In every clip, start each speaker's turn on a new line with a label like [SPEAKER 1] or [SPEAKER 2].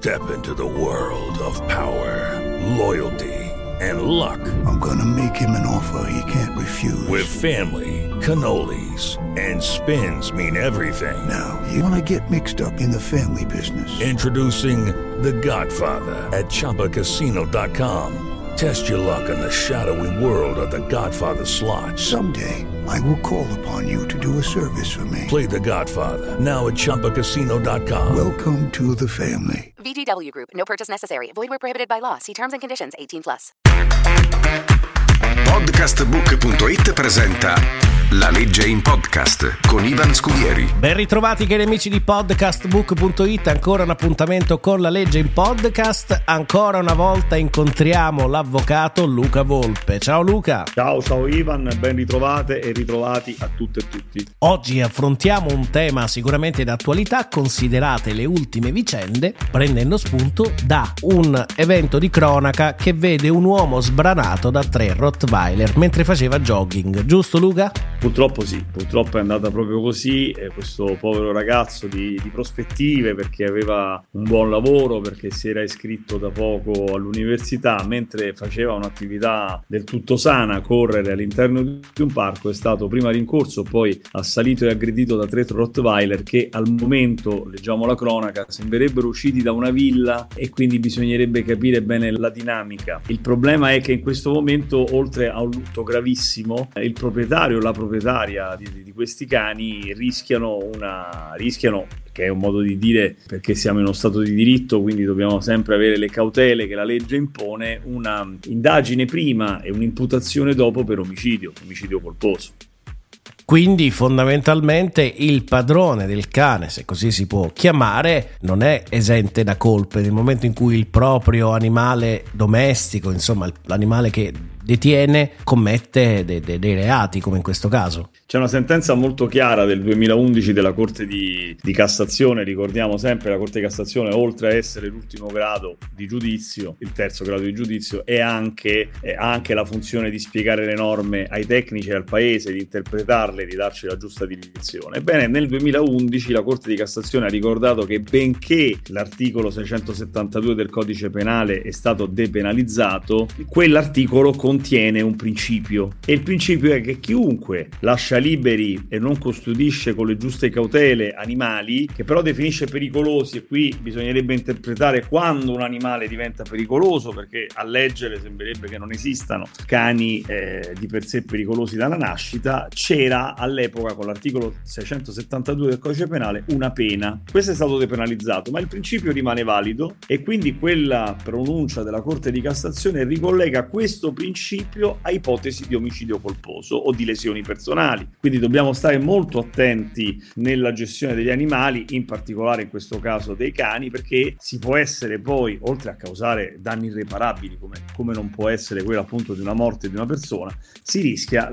[SPEAKER 1] Step into the world of power, loyalty, and luck.
[SPEAKER 2] I'm gonna make him an offer he can't refuse.
[SPEAKER 1] With family, cannolis, and spins mean everything.
[SPEAKER 2] Now, you wanna get mixed up in the family business.
[SPEAKER 1] Introducing The Godfather at ChumbaCasino.com. Test your luck in the shadowy world of The Godfather slot.
[SPEAKER 2] Someday, I will call upon you to do a service for me.
[SPEAKER 1] Play The Godfather, now at ChumbaCasino.com.
[SPEAKER 2] Welcome to the family.
[SPEAKER 3] VGW Group. No purchase necessary. Void where prohibited by law. See terms and conditions. 18+.
[SPEAKER 4] Podcastbook.it presenta La legge in podcast con Ivan Scudieri.
[SPEAKER 5] Ben ritrovati cari amici di Podcastbook.it, ancora un appuntamento con La legge in podcast. Ancora una volta incontriamo l'avvocato Luca Volpe. Ciao Luca.
[SPEAKER 6] Ciao Ivan, ben ritrovate e ritrovati a tutte e tutti.
[SPEAKER 5] Oggi affrontiamo un tema sicuramente d'attualità, considerate le ultime vicende, prendendo spunto da un evento di cronaca che vede un uomo sbranato da 3 Rottweiler mentre faceva jogging, giusto Luca?
[SPEAKER 6] Purtroppo sì, purtroppo è andata proprio così. Questo povero ragazzo di prospettive, perché aveva un buon lavoro, perché si era iscritto da poco all'università, mentre faceva un'attività del tutto sana, correre all'interno di un parco, è stato prima rincorso, poi assalito e aggredito da 3 Rottweiler che al momento, leggiamo la cronaca, sembrerebbero usciti da una villa e quindi bisognerebbe capire bene la dinamica. Il problema è che in questo momento, oltre a un lutto gravissimo, il proprietario, la proprietaria di questi cani rischiano, che è un modo di dire perché siamo in uno stato di diritto, quindi dobbiamo sempre avere le cautele che la legge impone, una indagine prima e un'imputazione dopo per omicidio colposo.
[SPEAKER 5] Quindi fondamentalmente il padrone del cane, se così si può chiamare, non è esente da colpe nel momento in cui il proprio animale domestico, insomma l'animale che detiene, commette dei reati come in questo caso.
[SPEAKER 6] C'è una sentenza molto chiara del 2011 della Corte di Cassazione, ricordiamo sempre la Corte di Cassazione, oltre a essere l'ultimo grado di giudizio, il terzo grado di giudizio, è anche la funzione di spiegare le norme ai tecnici e al paese, di interpretarle, di darci la giusta direzione. Ebbene, nel 2011 la Corte di Cassazione ha ricordato che benché l'articolo 672 del Codice Penale è stato depenalizzato, quell'articolo contiene un principio, e il principio è che chiunque lascia liberi e non custodisce con le giuste cautele animali, che però definisce pericolosi, e qui bisognerebbe interpretare quando un animale diventa pericoloso, perché a leggere sembrerebbe che non esistano cani di per sé pericolosi dalla nascita. C'era all'epoca, con l'articolo 672 del Codice Penale, una pena. Questo è stato depenalizzato, ma il principio rimane valido, e quindi quella pronuncia della Corte di Cassazione ricollega questo principio a ipotesi di omicidio colposo o di lesioni personali. Quindi dobbiamo stare molto attenti nella gestione degli animali, in particolare in questo caso dei cani, perché si può essere poi, oltre a causare danni irreparabili come non può essere quello appunto di una morte di una persona, si rischia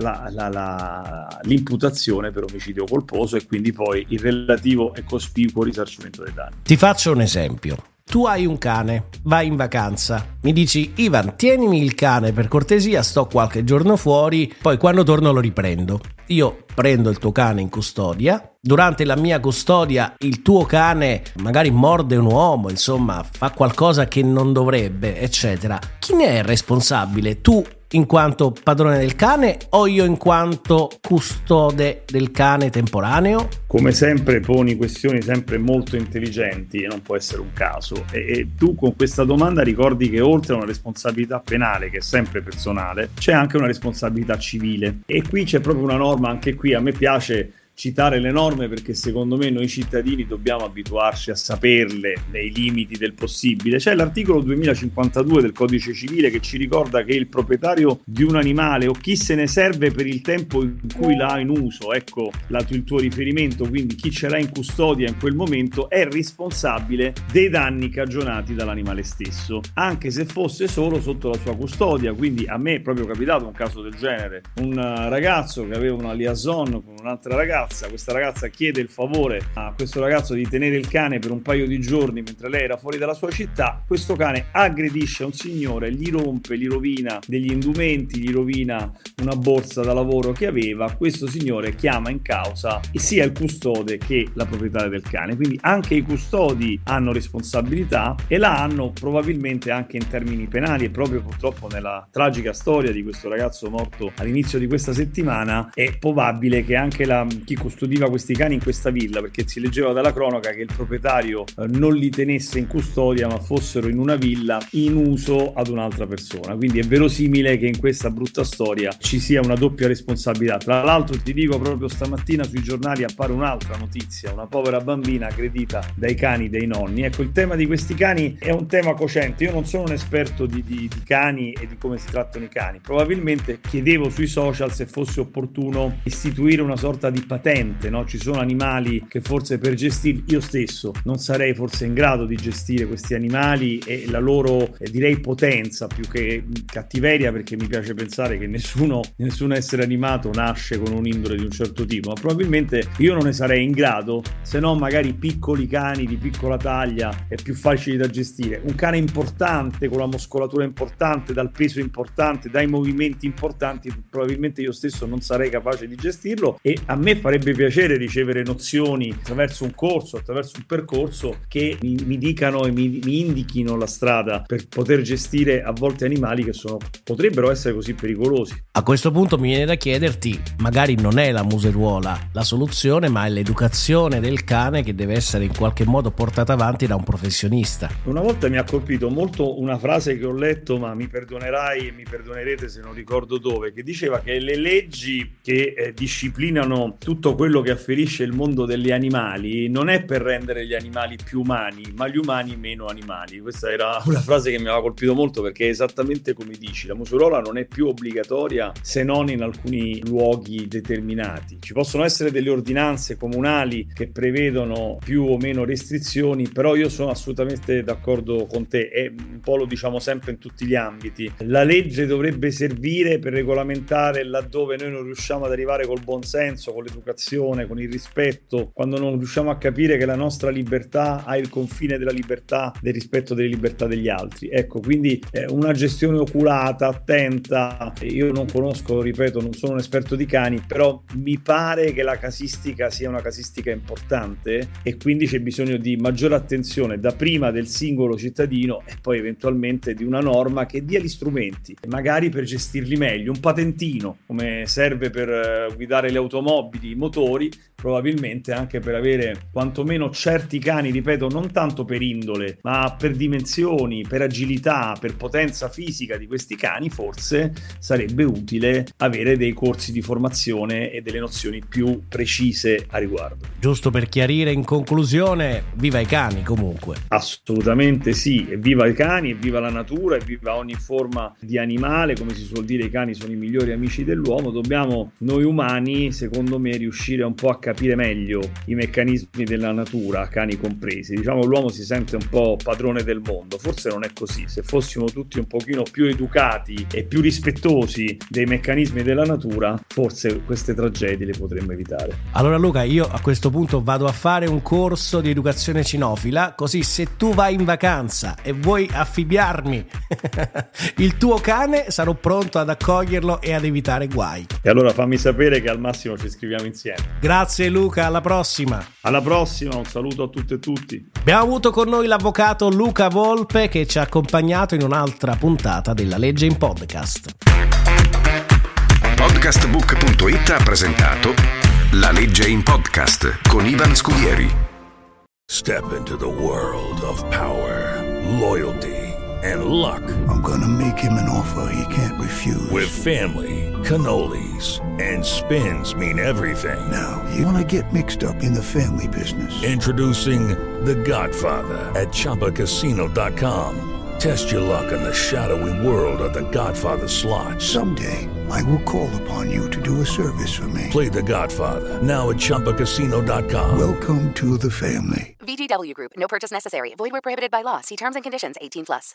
[SPEAKER 6] l'imputazione per omicidio colposo e quindi poi il relativo e cospicuo risarcimento dei danni.
[SPEAKER 5] Ti faccio un esempio. Tu hai un cane, vai in vacanza, mi dici Ivan, tienimi il cane per cortesia, sto qualche giorno fuori, poi quando torno lo riprendo. Io prendo il tuo cane in custodia, durante la mia custodia il tuo cane magari morde un uomo, insomma fa qualcosa che non dovrebbe, eccetera. Chi ne è responsabile? Tu in quanto padrone del cane o io in quanto custode del cane temporaneo?
[SPEAKER 6] Come sempre poni questioni sempre molto intelligenti e non può essere un caso, e tu con questa domanda ricordi che oltre a una responsabilità penale che è sempre personale, c'è anche una responsabilità civile, e qui c'è proprio una norma. Anche qui a me piace citare le norme perché secondo me noi cittadini dobbiamo abituarci a saperle nei limiti del possibile. C'è l'articolo 2052 del Codice Civile che ci ricorda che il proprietario di un animale o chi se ne serve per il tempo in cui l'ha in uso, ecco il tuo riferimento, quindi chi ce l'ha in custodia in quel momento, è responsabile dei danni cagionati dall'animale stesso, anche se fosse solo sotto la sua custodia. Quindi a me è proprio capitato un caso del genere, un ragazzo che aveva una liaison con un'altra ragazza, Questa ragazza chiede il favore a questo ragazzo di tenere il cane per un paio di giorni mentre lei era fuori dalla sua città. Questo cane aggredisce un signore, gli rompe, gli rovina degli indumenti, gli rovina una borsa da lavoro che aveva. Questo signore chiama in causa sia il custode che la proprietaria del cane, quindi anche i custodi hanno responsabilità e la hanno probabilmente anche in termini penali, e proprio purtroppo nella tragica storia di questo ragazzo morto all'inizio di questa settimana è probabile che anche chi custodiva questi cani in questa villa, perché si leggeva dalla cronaca che il proprietario non li tenesse in custodia ma fossero in una villa in uso ad un'altra persona, quindi è verosimile che in questa brutta storia ci sia una doppia responsabilità. Tra l'altro ti dico, proprio stamattina sui giornali appare un'altra notizia, una povera bambina aggredita dai cani dei nonni. Ecco, il tema di questi cani è un tema cocente. Io non sono un esperto di cani e di come si trattano i cani, probabilmente chiedevo sui social se fosse opportuno istituire una sorta di patente, no? Ci sono animali che forse per gestirli, io stesso non sarei forse in grado di gestire questi animali e la loro direi potenza più che cattiveria, perché mi piace pensare che nessun essere animato nasce con un'indole di un certo tipo, ma probabilmente io non ne sarei in grado, se no magari piccoli cani di piccola taglia e più facili da gestire. Un cane importante, con la muscolatura importante, dal peso importante, dai movimenti importanti, probabilmente io stesso non sarei capace di gestirlo, e a me farebbe piacere ricevere nozioni attraverso un corso, attraverso un percorso che mi dicano e mi indichino la strada per poter gestire a volte animali che potrebbero essere così pericolosi.
[SPEAKER 5] A questo punto mi viene da chiederti, magari non è la museruola la soluzione, ma è l'educazione del cane che deve essere in qualche modo portata avanti da un professionista.
[SPEAKER 6] Una volta mi ha colpito molto una frase che ho letto, ma mi perdonerai e mi perdonerete se non ricordo dove, che diceva che le leggi che disciplinano tutto quello che afferisce il mondo degli animali non è per rendere gli animali più umani, ma gli umani meno animali. Questa era una frase che mi aveva colpito molto, perché è esattamente come dici, la museruola non è più obbligatoria se non in alcuni luoghi determinati. Ci possono essere delle ordinanze comunali che prevedono più o meno restrizioni, però io sono assolutamente d'accordo con te, e un po' lo diciamo sempre in tutti gli ambiti. La legge dovrebbe servire per regolamentare laddove noi non riusciamo ad arrivare col buon senso, con l'educazione, con il rispetto, quando non riusciamo a capire che la nostra libertà ha il confine della libertà, del rispetto delle libertà degli altri. Ecco, quindi una gestione oculata, attenta. Io non conosco, ripeto, non sono un esperto di cani, però mi pare che la casistica sia una casistica importante, e quindi c'è bisogno di maggiore attenzione da prima del singolo cittadino e poi eventualmente di una norma che dia gli strumenti, magari per gestirli meglio, un patentino come serve per guidare le automobili, i motori, probabilmente anche per avere quantomeno certi cani, ripeto, non tanto per indole, ma per dimensioni, per agilità, per potenza fisica di questi cani. Forse sarebbe utile avere dei corsi di formazione e delle nozioni più precise a riguardo.
[SPEAKER 5] Giusto per chiarire in conclusione, viva i cani comunque.
[SPEAKER 6] Assolutamente sì, e viva i cani, e viva la natura, e viva ogni forma di animale. Come si suol dire, i cani sono i migliori amici dell'uomo. Dobbiamo noi umani, secondo me, riuscire un po' a capire meglio i meccanismi della natura, cani compresi. Diciamo, l'uomo si sente un po' padrone del mondo, forse non è così. Se fossimo tutti un pochino più educati e più rispettosi dei meccanismi della natura, forse queste tragedie le potremmo evitare.
[SPEAKER 5] Allora Luca, io a questo punto vado a fare un corso di educazione cinofila, così se tu vai in vacanza e vuoi affibbiarmi il tuo cane, sarò pronto ad accoglierlo e ad evitare guai.
[SPEAKER 6] E allora fammi sapere, che al massimo ci scriviamo insieme.
[SPEAKER 5] Grazie Luca, alla prossima.
[SPEAKER 6] Alla prossima, un saluto a tutte e tutti.
[SPEAKER 5] Abbiamo avuto con noi l'avvocato Luca Volpe, che ci ha accompagnato in un'altra puntata della Legge in Podcast.
[SPEAKER 4] Podcastbook.it ha presentato La Legge in Podcast con Ivan Scudieri.
[SPEAKER 1] Step into the world of power, loyalty, and luck.
[SPEAKER 2] I'm gonna make him an offer he can't refuse.
[SPEAKER 1] With family, cannolis, and spins mean everything.
[SPEAKER 2] Now, you wanna get mixed up in the family business.
[SPEAKER 1] Introducing The Godfather at ChumbaCasino.com. Test your luck in the shadowy world of The Godfather slot.
[SPEAKER 2] Someday, I will call upon you to do a service for me.
[SPEAKER 1] Play The Godfather now at ChumbaCasino.com.
[SPEAKER 2] Welcome to the family.
[SPEAKER 3] VGW Group. No purchase necessary. Void where prohibited by law. See terms and conditions. 18+.